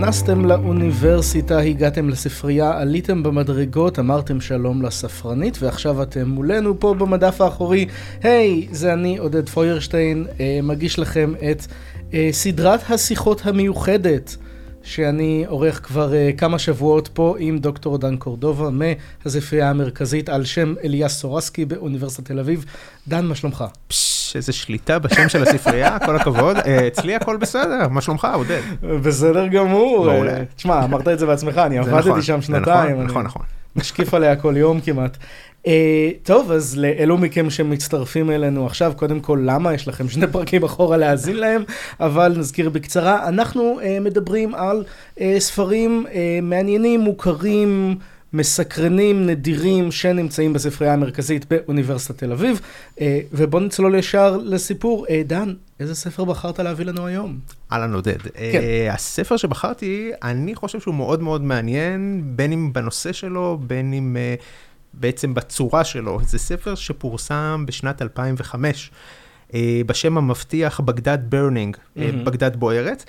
נכנסתם לאוניברסיטה, הגעתם לספרייה, עליתם במדרגות, אמרתם שלום לספרנית, ועכשיו אתם מולנו פה במדף האחורי. היי, זה אני, עודד פוירשטיין, מגיש לכם את סדרת השיחות המיוחדת, שאני עורך כבר כמה שבועות פה עם דוקטור דן קורדובה מהספרייה המרכזית על שם אליאס סורסקי באוניברסיטת תל אביב. דן, מה שלומך? איזה שליטה בשם של הספרייה, כל הכבוד. אצלי הכל בסדר, מה שלומך, עודד? בסדר גמור. תשמע, אמרת את זה בעצמך, אני עבדתי שם שנתיים. נכון. משקיף עליה כל יום כמעט. טוב, אז לאלו מכם שמצטרפים אלינו עכשיו, קודם כל למה יש לכם 2 פרקים אחורה להאזין להם, אבל נזכיר בקצרה, אנחנו מדברים על ספרים מעניינים, מוכרים, מסקרנים, נדירים, שנמצאים בספרייה המרכזית באוניברסיטת תל אביב, ובוא נצלול ישר לסיפור. דן, איזה ספר בחרת להביא לנו היום? אהלן עודד. כן. הספר שבחרתי, אני חושב שהוא מאוד מאוד מעניין, בין אם בנושא שלו, בין אם בעצם בצורה שלו. זה ספר שפורסם בשנת 2005, בשם המבטיח בגדד ברנינג, בגדד בוערת.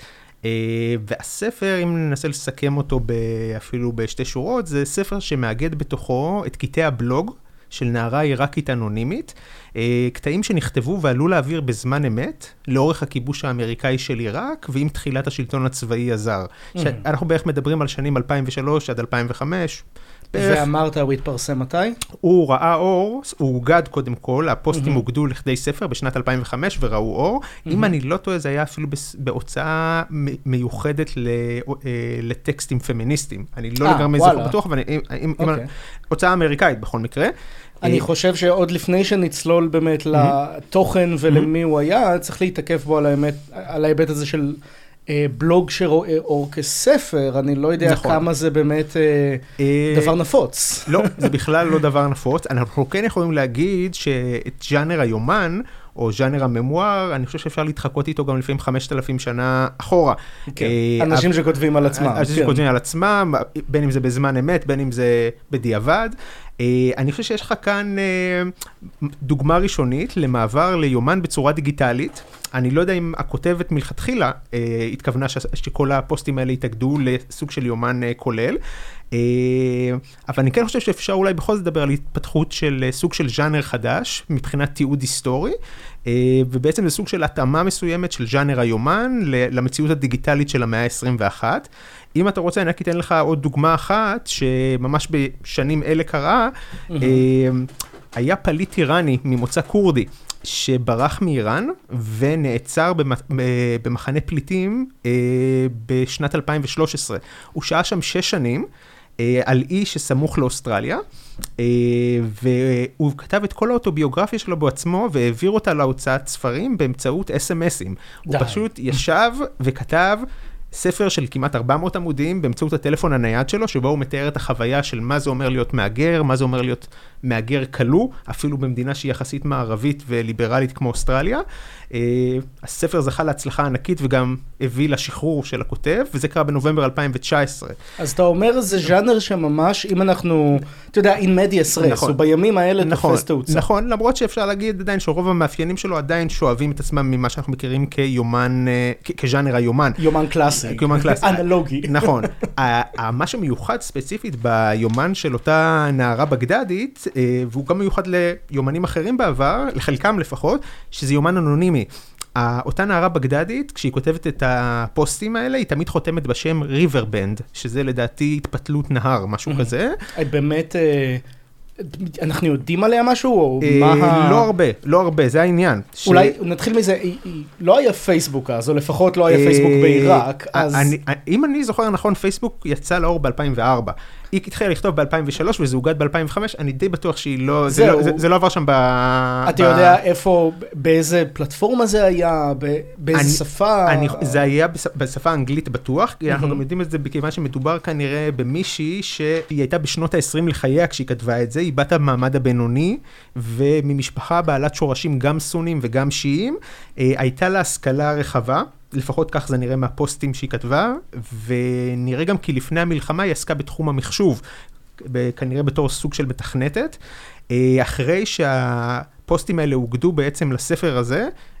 והספר, אם ננסה לסכם אותו אפילו בשתי שורות, זה ספר שמאגד בתוכו את קטעי הבלוג של נערה עיראקית אנונימית, קטעים שנכתבו ועלו לאוויר בזמן אמת, לאורך הכיבוש האמריקאי של עיראק, ועם תחילת השלטון הצבאי הזר. אנחנו בערך מדברים על שנים 2003 עד 2005. ואמרת, הוא התפרסם מתי? הוא ראה אור, הוא הוגד קודם כל, הפוסטים הוגדו לכדי ספר בשנת 2005 וראו אור. אם אני לא טועה, זה היה אפילו בהוצאה מיוחדת לטקסטים פמיניסטים. אני לא לגמרי זוכר בטוח, אבל הוצאה אמריקאית בכל מקרה. אני חושב שעוד לפני שנצלול באמת לתוכן ולמי הוא היה, צריך להתעכב בו על ההיבט הזה של בלוג שרואה אור כספר. אני לא יודע כמה זה באמת דבר נפוץ. לא, זה בכלל לא דבר נפוץ. אנחנו כן יכולים להגיד שאת ז'אנר היומן, או ז'אנר הממואר, אני חושב שאפשר להתחקות איתו גם לפעמים 5,000 שנה אחורה. אנשים שכותבים על עצמם. אנשים שכותבים על עצמם, בין אם זה בזמן אמת, בין אם זה בדיעבד. אני חושב שיש לך כאן דוגמה ראשונית למעבר ליומן בצורה דיגיטלית. אני לא יודע אם הכותבת מלכתחילה התכוונה שכל הפוסטים האלה יתאגדו לסוג של יומן כולל. אבל אני כן חושב שאפשר אולי בכל זאת לדבר על התפתחות של סוג של ז'אנר חדש, מבחינת תיעוד היסטורי, ובעצם זה סוג של התאמה מסוימת של ז'אנר היומן למציאות הדיגיטלית של המאה ה-21. אם אתה רוצה, אני רק אתן לך עוד דוגמה אחת, שממש בשנים אלה קרה, היה פליט איראני ממוצא קורדי, שברח מאיראן ונעצר במחנה פליטים בשנת 2013. הוא שהה שם 6 שנים על אי שסמוך לאוסטרליה, והוא כתב את כל האוטוביוגרפיה שלו בעצמו, והעביר אותה להוצאת ספרים באמצעות SMS'ים. הוא פשוט ישב וכתב ספר של כמעט 400 עמודים באמצעות הטלפון הנייד שלו, שבו הוא מתאר את החוויה של מה זה אומר להיות מאגר, מה זה אומר להיות מאגר קלו, אפילו במדינה שהיא יחסית מערבית וליברלית כמו אוסטרליה. הספר זכה להצלחה ענקית וגם הביא לשחרור של הכותב, וזה קרה בנובמבר 2019. אז אתה אומר, זה ז'אנר שממש, אם אנחנו, אתה יודע, in medias res, הוא בימים האלה תופס תאוצה. נכון, למרות שאפשר להגיד עדיין שרוב המאפיינים שלו עדיין שואבים את עצמם ממה שאנחנו מכירים כיומן, כז'אנר היומן. יומן קלאסי. יומן קלאסי. אנלוגי. נכון. מה שמיוחד ספציפית ביומן של אותה נערה בגדדית, והוא גם מיוחד ליומנים אחרים בעבר, לחלקם לפחות, שזה יומן אנונימי. אותה נערה בגדדית, כשהיא כותבת את הפוסטים האלה, היא תמיד חותמת בשם ריברבנד, שזה לדעתי התפתלות נהר, משהו כזה. באמת, אנחנו יודעים עליה משהו? או לא הרבה, זה העניין. אולי נתחיל מזה, לא היה פייסבוק אז, או לפחות לא היה פייסבוק בעיראק, אז... אם אני זוכר נכון, פייסבוק יצא לאור ב-2004. היא התחילה לכתוב ב-2003 וזה הוגד ב-2005, אני די בטוח שהיא לא, זה לא עבר שם אתה יודע איפה, באיזה פלטפורמה זה היה, באיזה שפה? זה היה בשפה האנגלית בטוח, כי אנחנו גם יודעים את זה בכיוון שמדובר כנראה במישהי שהיא הייתה בשנות ה-20 לחייה כשהיא כתבה את זה, היא בת המעמד הבינוני, וממשפחה בעלת שורשים גם סונים וגם שיעים, הייתה לה השכלה רחבה, לפחות כך זה נראה מהפוסטים שהיא כתבה, ונראה גם כי לפני המלחמה היא עסקה בתחום המחשוב, כנראה בתור סוג של מתכנתת. אחרי שהפוסטים האלה הוגדו בעצם לספר הזה,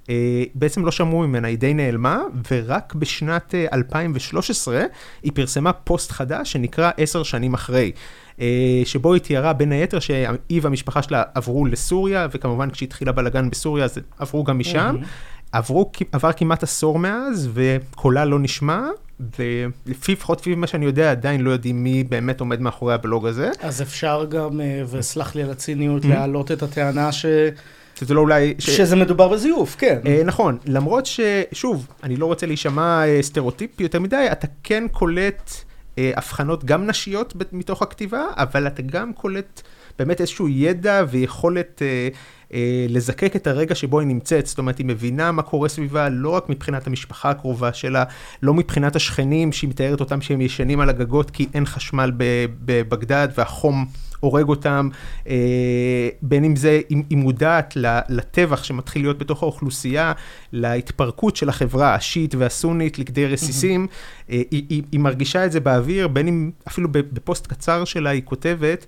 בעצם לא שמעו ממנה, היא די נעלמה, ורק בשנת 2013 היא פרסמה פוסט חדש שנקרא 10 שנים אחרי, שבו היא תיארה בין היתר שהיא והמשפחה שלה עברו לסוריה, וכמובן כשהתחילה בלגן בסוריה, אז עברו גם משם. עבר כמעט עשור מאז, וקולה לא נשמע, ולפחות לפי מה שאני יודע, עדיין לא יודעים מי באמת עומד מאחורי הבלוג הזה. אז אפשר גם, וסלח לי על הציניות, להעלות את הטענה שזה לא אולי... שזה מדובר בזיוף, כן. נכון, למרות ששוב, אני לא רוצה להישמע סטריאוטיפי יותר מדי, אתה כן קולט הבחנות גם נשיות מתוך הכתיבה, אבל אתה גם קולט באמת איזשהו ידע ויכולת לזקק את הרגע שבו היא נמצאת, זאת אומרת, היא מבינה מה קורה סביבה, לא רק מבחינת המשפחה הקרובה שלה, לא מבחינת השכנים שהיא מתארת אותם שהם ישנים על הגגות כי אין חשמל בבגדד והחום הורג אותם, בין אם זה, היא מודעת לטבח שמתחיל להיות בתוך האוכלוסייה, להתפרקות של החברה השיעית והסונית לכדי רסיסים, היא מרגישה את זה באוויר, בין אם אפילו בפוסט קצר שלה היא כותבת,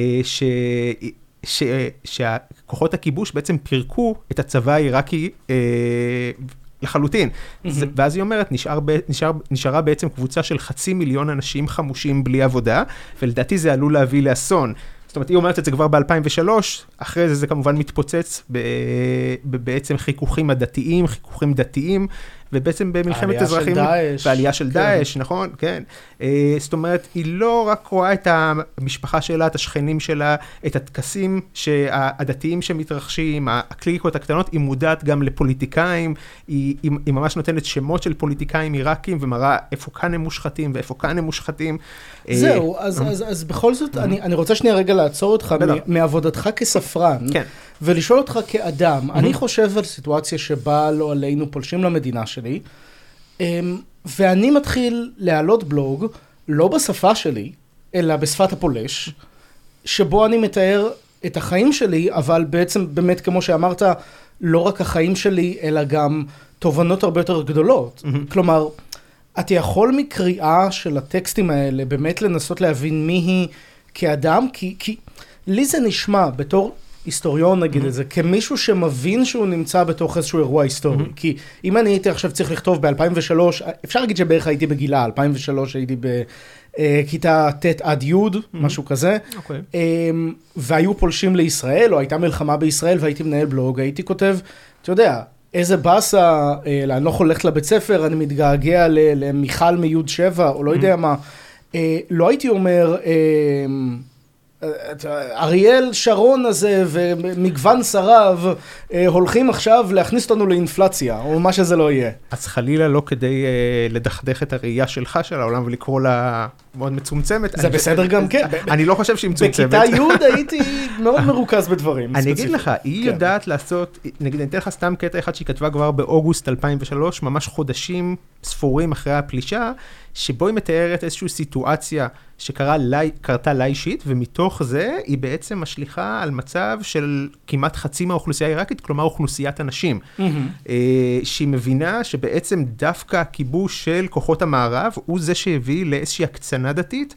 שכוחות הכיבוש בעצם פירקו את הצבא העיראקי לחלוטין. ואז היא אומרת, נשארה בעצם קבוצה של 500,000 אנשים חמושים בלי עבודה, ולדעתי זה עלול להביא לאסון. זאת אומרת, היא אומרת את זה כבר ב-2003, אחרי זה כמובן מתפוצץ בעצם חיכוכים הדתיים, חיכוכים דתיים, ובעצם במלחמת אזרחים, ועלייה של דאעש, נכון? כן. זאת אומרת, היא לא רק רואה את המשפחה שלה, את השכנים שלה, את הטקסים הדתיים שמתרחשים, הקליקות הקטנות, היא מודעת גם לפוליטיקאים, היא ממש נותנת שמות של פוליטיקאים עיראקים, ומראה איפה כאן הם מושחתים, ואיפה כאן הם מושחתים. זהו, אז בכל זאת, אני רוצה שנייה רגע לעצור אותך מעבודתך כספרן, ולשאול אותך כאדם, אני חושב על סיטואציה שבה לא עלינו פולשים למדינה שלי, ואני מתחיל להעלות בלוג, לא בשפה שלי, אלא בשפת הפולש, שבו אני מתאר את החיים שלי, אבל בעצם באמת כמו שאמרת, לא רק החיים שלי, אלא גם תובנות הרבה יותר גדולות. כלומר, אתה יכול מקריאה של הטקסטים האלה, באמת לנסות להבין מי היא כאדם, כי לי זה נשמע בתור היסטוריון נגיד את זה, כמישהו שמבין שהוא נמצא בתוך איזשהו אירוע היסטורי. כי אם אני הייתי עכשיו צריך לכתוב ב-2003, אפשר להגיד שבערך הייתי בגילה, 2003 הייתי בכיתה ט' עד י', משהו כזה, והיו פולשים לישראל, או הייתה מלחמה בישראל, והייתי מנהל בלוג, הייתי כותב, אתה יודע, איזה בסה, אני לא יכול ללכת לבית ספר, אני מתגעגע למיכל מיוד 7, או לא יודע מה. לא הייתי אומר, אריאל שרון הזה ומגוון שריו הולכים עכשיו להכניס אותנו לאינפלציה, או מה שזה לא יהיה. אז חלילה לא כדי לדחדך את הראייה שלך של העולם ולקרוא לה מאוד מצומצמת. זה בסדר גם כן. אני לא חושב שהיא מצומצמת. בכיתה י' הייתי מאוד מרוכז בדברים. אני אגיד לך, היא יודעת לעשות, נגיד, אני אתן לך סתם קטע אחד שהיא כתבה כבר באוגוסט 2003, ממש חודשים ספורים אחרי הפלישה, שבו היא מתארת איזושהי סיטואציה שקרתה לה אישית, ומתוך זה היא בעצם משליחה על מצב של כמעט חצי מהאוכלוסייה העיראקית, כלומר אוכלוסיית הנשים. שהיא מבינה שבעצם דווקא הכיבוש של כוחות המערב, הוא זה שהביא לאיזושהי הקצנה דתית,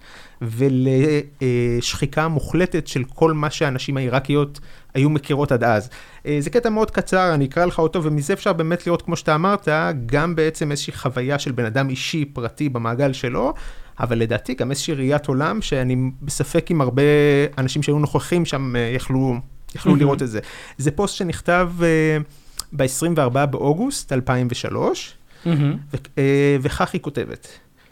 ולשחיקה מוחלטת של כל מה שהנשים העיראקיות היו מכירות עד אז. זה קטע מאוד קצר, אני אקרא לך אותו, ומזה אפשר באמת לראות, כמו שאתה אמרת, גם בעצם איזושהי חוויה של בן אדם אישי, פרטי, במעגל שלו, אבל לדעתי גם איזושהי ראיית עולם, שאני בספק עם הרבה אנשים שהיו נוכחים שם, יכלו לראות את זה. זה פוסט שנכתב ב-24 באוגוסט 2003, וכך היא כותבת.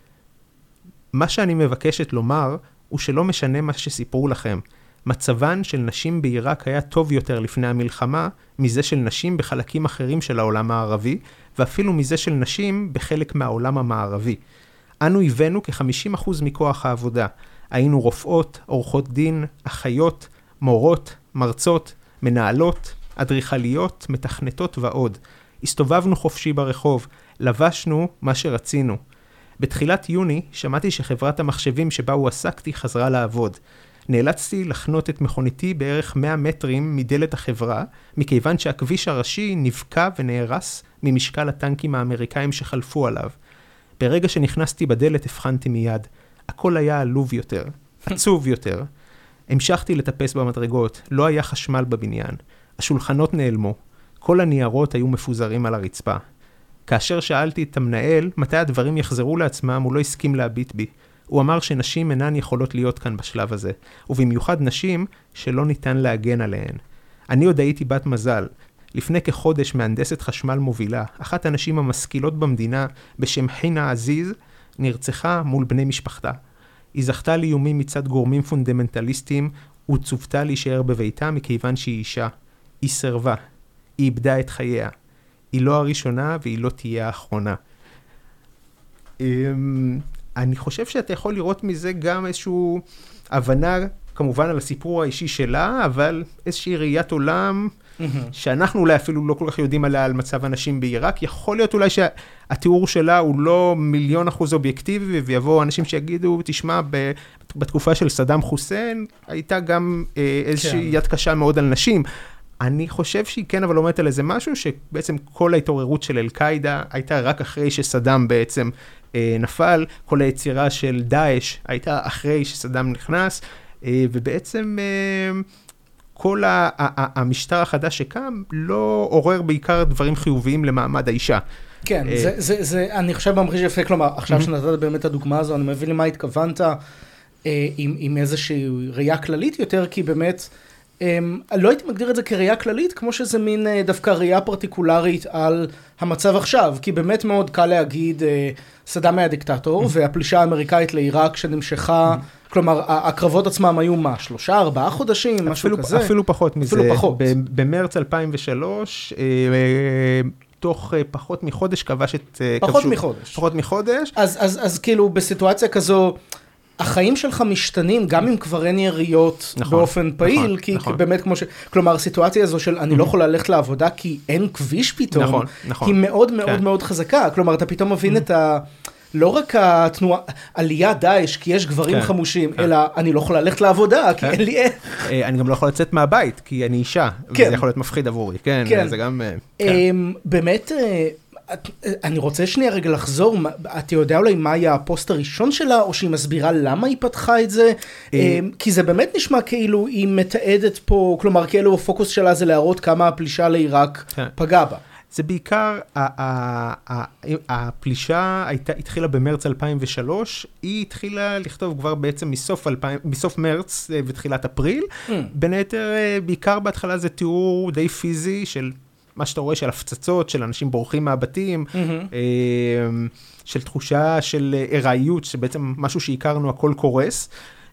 מה שאני מבקשת לומר, הוא שלא משנה מה שסיפרו לכם. מצבן של נשים בעיראק היה טוב יותר לפני המלחמה, מזה של נשים בחלקים אחרים של העולם הערבי, ואפילו מזה של נשים בחלק מהעולם המערבי. אנו הבאנו כ-50% מכוח העבודה. היינו רופאות, עורכות דין, אחיות, מורות, מרצות, מנהלות, אדריכליות, מתכנתות ועוד. הסתובבנו חופשי ברחוב, לבשנו מה שרצינו. בתחילת יוני שמעתי שחברת המחשבים שבה הוא עסקתי חזרה לעבוד. נאלצתי לחנות את מכוניתי בערך 100 מטרים מדלת החברה, מכיוון שהכביש הראשי נבקע ונהרס ממשקל הטנקים האמריקאים שחלפו עליו. ברגע שנכנסתי בדלת הבחנתי מיד. הכל היה עלוב יותר, עצוב יותר. המשכתי לטפס במדרגות, לא היה חשמל בבניין. השולחנות נעלמו. כל הניירות היו מפוזרים על הרצפה. כאשר שאלתי את המנהל מתי הדברים יחזרו לעצמם, הוא לא הסכים להביט בי. הוא אמר שנשים אינן יכולות להיות כאן בשלב הזה, ובמיוחד נשים שלא ניתן להגן עליהן. אני עוד הייתי בת מזל. לפני כחודש מהנדסת חשמל מובילה, אחת הנשים המשכילות במדינה, בשם חינה עזיז, נרצחה מול בני משפחתה. היא זכתה לאיומים מצד גורמים פונדמנטליסטיים, וצוותה להישאר בביתה מכיוון שהיא אישה. היא סרבה. היא איבדה את חייה. היא לא הראשונה והיא לא תהיה האחרונה. אני חושב שאתה יכול לראות מזה גם איזושהי הבנה, כמובן על הסיפור האישי שלה, אבל איזושהי ראיית עולם, שאנחנו אולי אפילו לא כל כך יודעים עליה על מצב אנשים בעיראק. יכול להיות אולי שהתיאור שלה הוא לא 1,000,000% אובייקטיבי, ויבואו אנשים שיגידו, תשמע, בתקופה של סדאם חוסיין, הייתה גם איזושהי יד קשה מאוד על נשים. אני חושב שהיא כן, אבל אומרת על איזה משהו, שבעצם כל ההתעוררות של אל-קאידה הייתה רק אחרי שסדאם בעצם נפל, כל היצירה של דאעש הייתה אחרי שסדאם נכנס, ובעצם כל המשטר החדש שקם לא עורר בעיקר דברים חיוביים למעמד האישה. כן, אני חושב ממחיש יפה, כלומר, עכשיו שנתת באמת הדוגמה הזו, אני מבין למה התכוונת עם איזושהי ראייה כללית יותר, כי באמת, לא הייתי מגדיר את זה כראייה כללית, כמו שזה מין דווקא ראייה פרטיקולרית על המצב עכשיו, כי באמת מאוד קל להגיד, סדאם היה דיקטטור, והפלישה האמריקאית לעיראק שנמשכה, כלומר, הקרבות עצמם היו מה? 3-4 חודשים, משהו כזה? אפילו פחות מזה. אפילו פחות. במרץ 2003, תוך פחות מחודש כבש את... פחות מחודש. אז כאילו בסיטואציה כזו, החיים שלך משתנים, גם אם כבר אין יריות באופן פעיל, כי באמת כמו כלומר, הסיטואציה הזו של אני לא יכול ללכת לעבודה כי אין כביש פתאום, היא מאוד מאוד מאוד חזקה. כלומר, אתה פתאום מבין את לא רק התנועה, עלייה דאעש, כי יש גברים חמושים, אלא אני לא יכול ללכת לעבודה, כי אין לי איך. אני גם לא יכול לצאת מהבית, כי אני אישה, וזה יכול להיות מפחיד עבורי. כן, זה גם... באמת... אני רוצה שנייה רגע לחזור, אתה יודע אולי מה היה הפוסט הראשון שלה, או שהיא מסבירה למה היא פתחה את זה? כי זה באמת נשמע כאילו היא מתעדת פה, כלומר כאילו הפוקוס שלה זה להראות כמה הפלישה לעיראק פגע בה. זה בעיקר, הפלישה התחילה במרץ 2003, היא התחילה לכתוב כבר בעצם מסוף מרץ ותחילת אפריל, בין היתר בעיקר בהתחלה זה תיאור די פיזי של מה שאתה רואה של הפצצות, של אנשים בורחים מהבתים, של תחושה של עראיות, שבעצם משהו שהכרנו הכל קורס,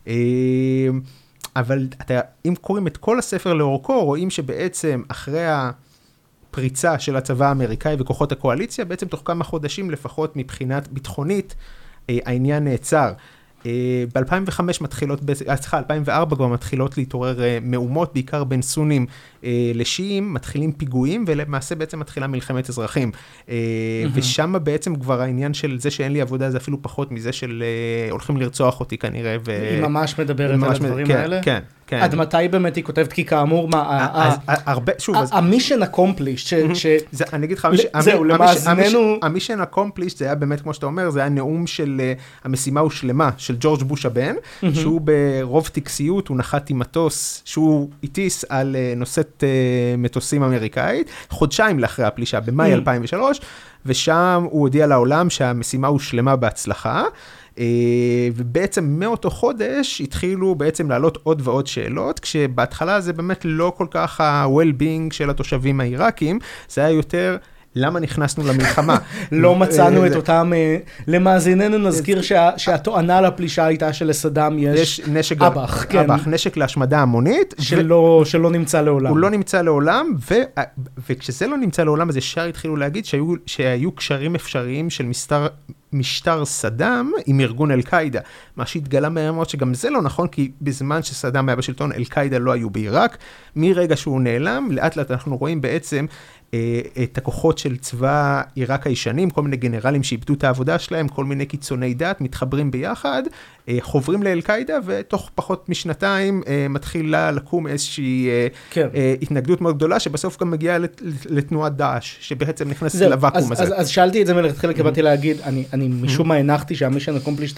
אבל אם קוראים את כל הספר לאורכו, רואים שבעצם אחרי הפריצה של הצבא האמריקאי וכוחות הקואליציה, בעצם תוך כמה חודשים לפחות מבחינת ביטחונית, העניין נעצר. ב-2005 מתחילות, 2004 כבר מתחילות להתעורר מהומות, בעיקר בין סונים לשיעים, מתחילים פיגועים, ולמעשה בעצם מתחילה מלחמת אזרחים. ושם בעצם כבר העניין של זה שאין לי עבודה, זה אפילו פחות מזה של הולכים לרצוח אותי כנראה. היא ממש מדברת על הדברים האלה? כן. עד מתי באמת היא כותבת? כי כאמור, המישן אקומפלישט, אני אגיד לך, המישן אקומפלישט זה היה באמת, כמו שאתה אומר, זה היה נאום של המשימה הושלמה, של ג'ורג' בוש הבן, שהוא ברוב טקסיות, הוא נחת עם מטוס, שהוא הטיס על נושאת מטוסים אמריקאית, חודשיים לאחרי הפלישה, במאי 2003, ושם הוא הודיע לעולם שהמשימה הושלמה בהצלחה, ובעצם מאותו חודש התחילו בעצם לעלות עוד ועוד שאלות, כשבהתחלה זה באמת לא כל כך ה-well-being של התושבים העיראקים, זה היה יותר למה נכנסנו למלחמה. לא מצאנו את אותם, למאזיננו נזכיר שהתואנה לפלישה הייתה שלסדאם יש אב"ח. נשק להשמדה המונית. שלא נמצא לעולם. הוא לא נמצא לעולם, וכשזה לא נמצא לעולם, אז ישר התחילו להגיד שהיו קשרים אפשריים של משטר סדאם עם ארגון אל-קאידה. מה שהתגלה מהר מאוד שגם זה לא נכון, כי בזמן שסדאם היה בשלטון, אל-קאידה לא היו בעיראק. מרגע שהוא נעלם, לאט לאט אנחנו רואים בעצם את הכוחות של צבא עיראק הישנים, כל מיני גנרלים שאיבדו את העבודה שלהם, כל מיני קיצוני דת, מתחברים ביחד, חוברים לאל-קאידה, ותוך פחות משנתיים מתחילה לקום איזושהי התנגדות מאוד גדולה, שבסוף גם מגיעה לתנועת דאעש, שבעצם נכנסת לוואקום הזה. אז שאלתי את זה מלכתחילה, כי באתי להגיד, אני משום מה הנחתי שהמישן אקומפלישט היה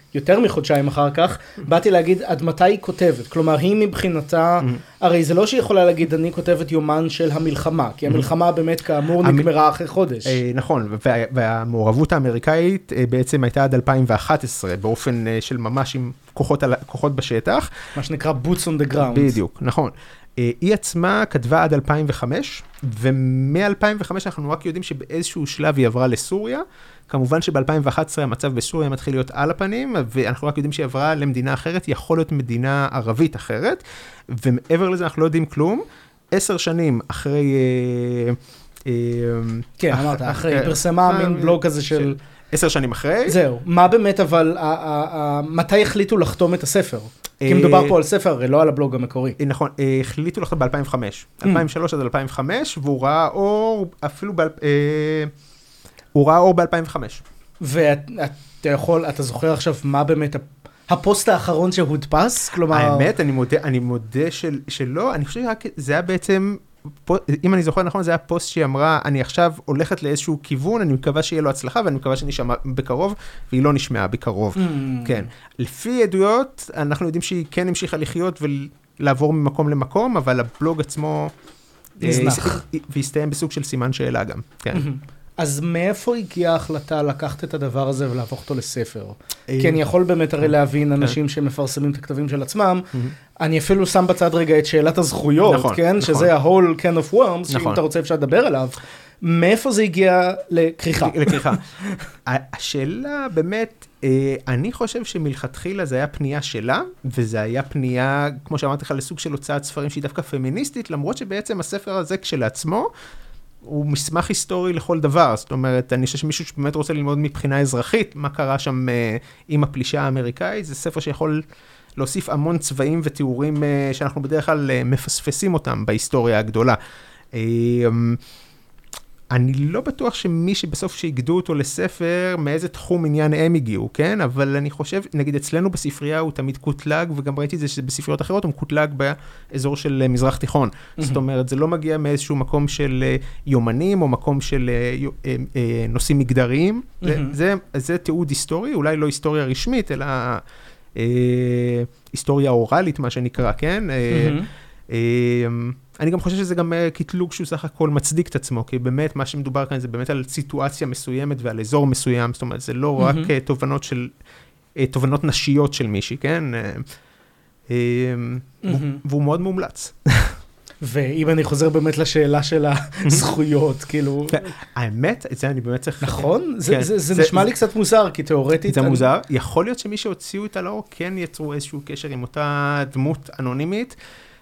יותר מחודשיים אחר כך, באתי להגיד עד מתי היא כותבת. כלומר, היא מבחינתה, הרי זה לא שהיא יכולה להגיד, אני כותבת יומן של המלחמה, כי המלחמה באמת כאמור נגמרה אחרי חודש. נכון, והמעורבות האמריקאית בעצם הייתה עד 2011, באופן של ממש עם כוחות בשטח. מה שנקרא boots on the ground. בדיוק, נכון. היא עצמה כתבה עד 2005, ומ-2005 אנחנו רק יודעים שבאיזשהו שלב היא עברה לסוריה, כמובן שב-2011 המצב בסוריה מתחיל להיות על הפנים, ואנחנו רק יודעים שהיא עברה למדינה אחרת, יכול להיות מדינה ערבית אחרת, ומעבר לזה אנחנו לא יודעים כלום. 10 שנים אחרי... כן, אמרת, אחרי פרסמה מין בלוג כזה של... 10 שנים אחרי. זהו, מה באמת אבל, מתי החליטו לחתום את הספר? כי מדובר פה על ספר, הרי לא על הבלוג המקורי. נכון, החליטו לחתום ב-2005, 2003 עד 2005, והוא ראה אור אפילו הוא ראה אור ב-2005. אתה זוכר עכשיו מה באמת הפוסט האחרון שהודפס? כלומר... האמת, אני מודה שלא, אני חושב שזה היה בעצם, אם אני זוכר נכון, זה היה פוסט שהיא אמרה, אני עכשיו הולכת לאיזשהו כיוון, אני מקווה שיהיה לו הצלחה, ואני מקווה שנשמע בקרוב, והיא לא נשמעה בקרוב. כן. לפי עדויות, אנחנו יודעים שהיא כן המשיכה לחיות ולעבור ממקום למקום, אבל הבלוג עצמו... נזנח. והסתיים בסוג של סימן שאלה גם. כן. אז מאיפה הגיעה ההחלטה לקחת את הדבר הזה ולהפוך אותו לספר? כי אני יכול באמת הרי להבין אנשים שמפרסמים את הכתבים של עצמם, אני אפילו שם בצד רגע את שאלת הזכויות, כן? שזה ה-whole can of worms, שאם אתה רוצה אפשר לדבר עליו. מאיפה זה הגיע לכריכה? לכריכה. השאלה באמת, אני חושב שמלכתחילה זה היה פנייה שלה, וזה היה פנייה, כמו שאמרתי לך, לסוג של הוצאת ספרים שהיא דווקא פמיניסטית, למרות שבעצם הספר הזה כשלעצמו, הוא מסמך היסטורי לכל דבר, זאת אומרת, אני חושב שמישהו שבאמת רוצה ללמוד מבחינה אזרחית, מה קרה שם עם הפלישה האמריקאית, זה ספר שיכול להוסיף המון צבעים ותיאורים שאנחנו בדרך כלל מפספסים אותם בהיסטוריה הגדולה. אני לא בטוח שמי שבסוף שיגדו אותו לספר, מאיזה תחום עניין הם הגיעו, כן? אבל אני חושב, נגיד אצלנו בספרייה הוא תמיד קוטלג, וגם ראיתי את זה שבספריות אחרות הוא קוטלג באזור של מזרח תיכון. זאת אומרת, זה לא מגיע מאיזשהו מקום של יומנים, או מקום של נושאים מגדריים. זה תיעוד היסטורי, אולי לא היסטוריה רשמית, אלא היסטוריה אוראלית, מה שנקרא, כן? אני גם חושב שזה גם קטלוג שהוא סך הכל מצדיק את עצמו, כי באמת מה שמדובר כאן זה באמת על סיטואציה מסוימת ועל אזור מסוים, זאת אומרת, זה לא רק תובנות נשיות של מישהי, כן? והוא מאוד מומלץ. ואם אני חוזר באמת לשאלה של הזכויות, כאילו... האמת, את זה אני באמת צריך... נכון? זה נשמע לי קצת מוזר, כי תיאורטית... זה מוזר. יכול להיות שמי שהוציאו את הלאור כן יצרו איזשהו קשר עם אותה דמות אנונימית,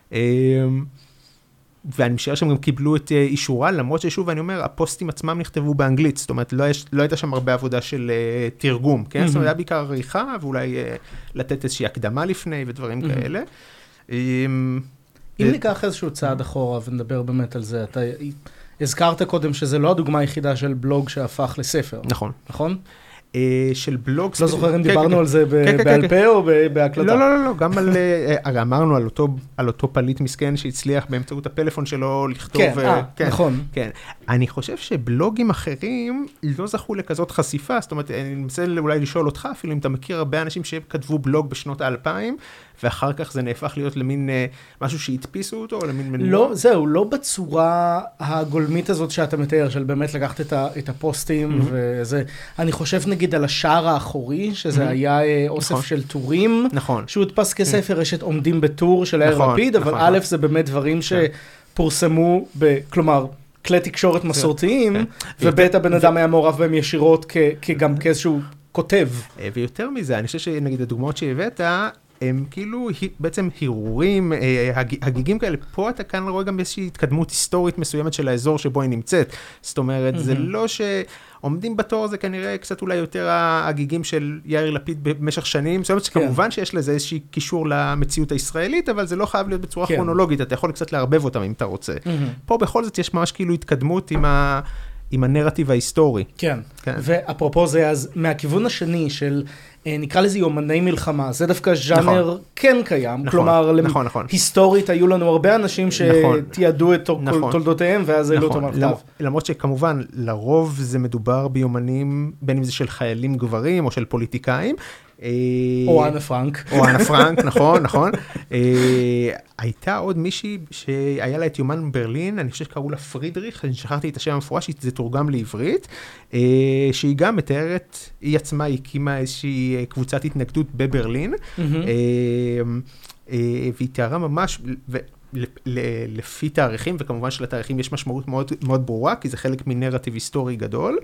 ואני משער שהם גם קיבלו את אישורה, למרות ששוב, אני אומר, הפוסטים עצמם נכתבו באנגלית, זאת אומרת, לא הייתה שם הרבה עבודה של תרגום, כן? זאת אומרת, היה בעיקר עריכה, ואולי לתת איזושהי הקדמה לפני ודברים כאלה. אם ניקח איזשהו צעד אחורה ונדבר באמת על זה, אתה הזכרת קודם שזה לא הדוגמה היחידה של בלוג שהפך לספר. נכון. נכון? של בלוג... לא זוכר אם דיברנו על זה בעל פה או בהקלטה. לא, גם על... הרי אמרנו על אותו פליט מסכן שהצליח באמצעות הפלאפון שלו לכתוב... כן, נכון. כן. אני חושב שבלוגים אחרים לא זכו לכזאת חשיפה, זאת אומרת, אני מנסה אולי לשאול אותך, אפילו אם אתה מכיר הרבה אנשים שכתבו בלוג בשנות ה-2000, ואחר כך זה נהפך להיות למין משהו שהדפיסו אותו, או למין מנוע? לא, זהו, לא בצורה הגולמית הזאת שאתה מתאר, של באמת לקחת את הפוסטים וזה. אני חושב נגיד על השער האחורי, שזה היה אוסף של טורים, שהוא הדפס כספר, יש את עומדים בטור של יאיר לפיד, אבל א' זה באמת דברים שפורסמו, כלומר, כלי תקשורת מסורתיים, וב' הבן אדם היה מעורב בהם ישירות גם כאיזשהו כותב. ויותר מזה, אני חושב שנגיד הדוגמאות שהבאת, הם כאילו בעצם הרהורים, הגיגים כאלה, פה אתה כאן רואה גם איזושהי התקדמות היסטורית מסוימת של האזור שבו היא נמצאת. זאת אומרת, זה לא שעומדים בתור, זה כנראה קצת אולי יותר הגיגים של יאיר לפיד במשך שנים. זאת אומרת שכמובן שיש לזה איזושהי קישור למציאות הישראלית, אבל זה לא חייב להיות בצורה כרונולוגית, אתה יכול קצת לערבב אותם אם אתה רוצה. פה בכל זאת יש ממש כאילו התקדמות עם הנרטיב ההיסטורי. כן, ואפרופו זה, אז מהכיוון השני של, נקרא לזה יומני מלחמה, זה דווקא ז'אנר כן קיים, כלומר, היסטורית היו לנו הרבה אנשים שתיעדו את תולדותיהם, ואז העלו אותם על כתב. למרות שכמובן, לרוב זה מדובר ביומנים, בין אם זה של חיילים גברים או של פוליטיקאים, או אנה פרנק. או אנה פרנק, נכון, נכון. הייתה עוד מישהי שהיה לה את יומן ברלין, אני חושב שקראו לה פרידריך, אני שכחתי את השם המפורש, זה תורגם לעברית, שהיא גם מתארת, היא עצמה הקימה איזושהי קבוצת התנגדות בברלין, והיא תיארה ממש, לפי תאריכים, וכמובן שלתאריכים יש משמעות מאוד, מאוד ברורה, כי זה חלק מנרטיב היסטורי גדול.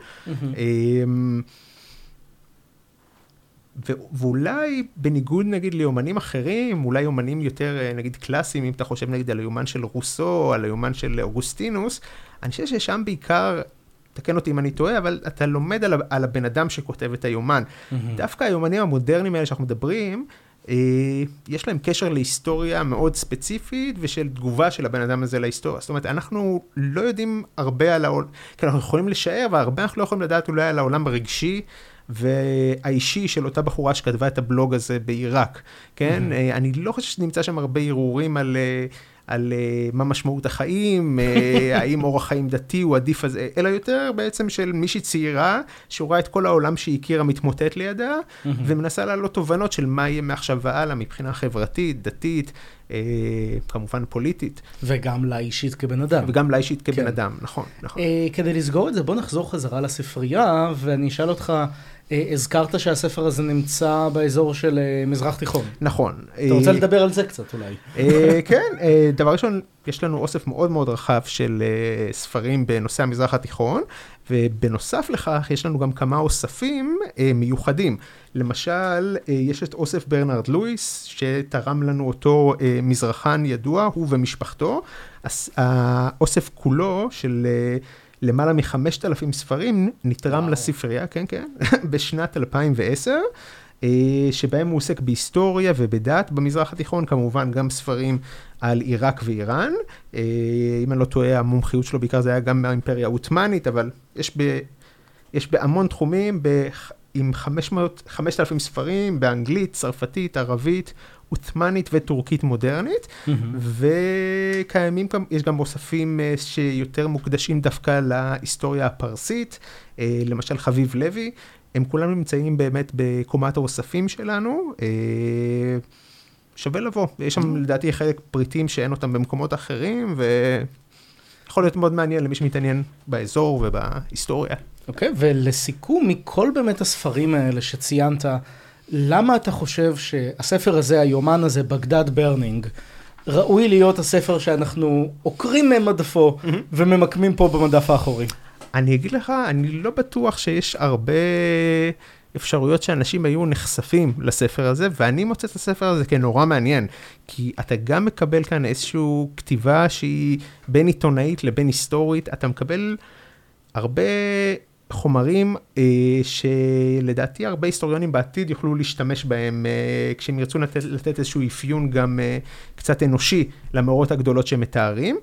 ואולי בניגוד נגיד ליומנים אחרים, אולי יומנים יותר נגיד קלאסיים, אם אתה חושב נגיד על היומן של רוסו, על היומן של אוגוסטינוס, אני חושב ששם בעיקר, תקן אותי אם אני טועה, אבל אתה לומד על הבן אדם שכותב את היומן. דווקא היומנים המודרניים האלה שאנחנו מדברים, יש להם קשר להיסטוריה מאוד ספציפית, ושל תגובה של הבן אדם הזה להיסטוריה. זאת אומרת, אנחנו לא יודעים הרבה על העולם, כי אנחנו יכולים לשער, והרבה אנחנו לא יכולים לדעת אולי על העולם הרגשי, והאישי של אותה בחורה שכתבה את הבלוג הזה בעיראק, כן? אני לא חושב שנמצא שם הרבה ערעורים על מה משמעות החיים, האם אורח חיים דתי הוא עדיף הזה, אלא יותר בעצם של מישהי צעירה, שרואה את כל העולם שהיא הכירה מתמוטט לידה, ומנסה לעלות תובנות של מה יהיה מעכשיו והלאה, מבחינה חברתית, דתית, כמובן פוליטית. וגם לאישית כבן אדם. וגם לאישית כבן אדם, נכון, נכון. כדי לסגור את זה, בוא נחזור חזרה לספרייה, ואני אשאל אותך, הזכרת שהספר הזה נמצא באזור של מזרח תיכון. נכון. אתה רוצה לדבר על זה קצת אולי? כן, דבר ראשון, יש לנו אוסף מאוד מאוד רחב של ספרים בנושא המזרח התיכון, ובנוסף לכך יש לנו גם כמה אוספים מיוחדים. למשל, יש את אוסף ברנרד לואיס, שתרם לנו אותו מזרחן ידוע, הוא ומשפחתו. האוסף כולו של למעלה מ-5,000 ספרים נתרם לספרייה, כן, כן, בשנת 2010, שבהם הוא עוסק בהיסטוריה ובדת במזרח התיכון, כמובן גם ספרים על עיראק ואיראן. אם אני לא טועה, המומחיות שלו בעיקר זה היה גם מהאימפריה העות'מאנית, אבל יש בהמון תחומים, עם 5,000 ספרים באנגלית, צרפתית, ערבית, עות'מאנית וטורקית מודרנית, וקיימים, יש גם אוספים שיותר מוקדשים דווקא להיסטוריה הפרסית, למשל חביב לוי, הם כולם נמצאים באמת בקומת האוספים שלנו, שווה לבוא, יש שם לדעתי חלק פריטים שאין אותם במקומות אחרים, ויכול להיות מאוד מעניין למי שמתעניין באזור ובהיסטוריה. אוקיי, ולסיכום, מכל באמת הספרים האלה שציינת, למה אתה חושב שהספר הזה, היומן הזה, בגדד ברנינג, ראוי להיות הספר שאנחנו עוקרים ממדפו וממקמים פה במדף האחורי? אני אגיד לך, אני לא בטוח שיש הרבה אפשרויות שאנשים היו נחשפים לספר הזה, ואני מוצא את הספר הזה כנורא מעניין, כי אתה גם מקבל כאן איזושהי כתיבה שהיא בין עיתונאית לבין היסטורית, אתה מקבל הרבה חומרים שלדעתי הרבה היסטוריונים בעתיד יוכלו להשתמש בהם, כשהם ירצו לתת איזשהו אפיון גם קצת אנושי למאורות הגדולות שמתארים.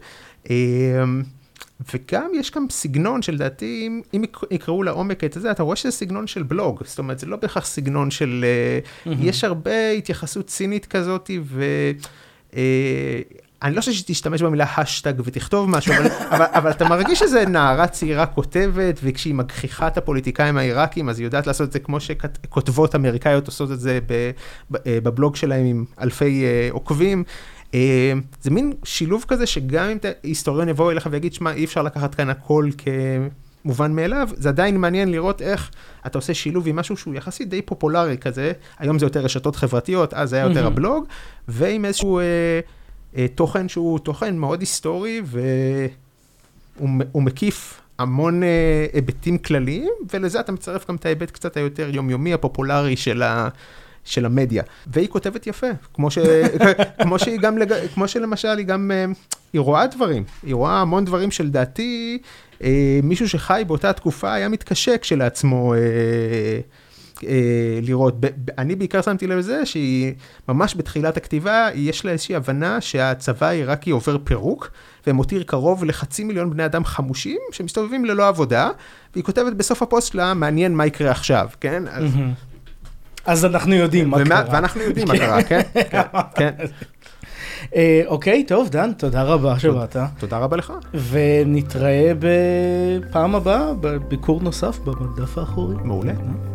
וגם יש כאן סגנון שלדעתי, אם יקראו לעומק את זה, אתה רואה שזה סגנון של בלוג, זאת אומרת, זה לא בהכרח סגנון של, יש הרבה התייחסות צינית כזאת, אני לא חושב שתשתמש במילה השטג ותכתוב משהו, אבל אתה מרגיש שזה נערה צעירה כותבת, וכשהיא מגחיכה את הפוליטיקאים העיראקים, אז היא יודעת לעשות את זה כמו שכותבות אמריקאיות עושות את זה בבלוג שלהם עם אלפי עוקבים. זה מין שילוב כזה שגם אם היסטוריון יבוא אליך ויגיד, שמה, אי אפשר לקחת כאן הכל כמובן מאליו, זה עדיין מעניין לראות איך אתה עושה שילוב עם משהו שהוא יחסית די פופולרי כזה, היום זה יותר רשתות חברתיות, אז זה היה יותר הבלוג, ועם איזשהו תוכן שהוא תוכן מאוד היסטורי, והוא מקיף המון היבטים כלליים, ולזה אתה מצרף גם את ההיבט קצת היותר יומיומי, הפופולרי של המדיה. והיא כותבת יפה, כמו שלמשל היא גם, היא רואה דברים, היא רואה המון דברים שלדעתי, מישהו שחי באותה תקופה היה מתקשה כשלעצמו לראות. אני בעיקר שמתי לב לזה שהיא ממש בתחילת הכתיבה, יש לה איזושהי הבנה שהצבא העיראקי עובר פירוק, ומותיר קרוב ל500,000 בני אדם חמושים, שמסתובבים ללא עבודה, והיא כותבת בסוף הפוסט לה, מעניין מה יקרה עכשיו, כן? אז אנחנו יודעים מה קרה. ואנחנו יודעים מה קרה, כן? כן. אוקיי, טוב, דן, תודה רבה שבאת. תודה רבה לך. ונתראה בפעם הבאה, בביקור נוסף במדף האחורי. מעולה.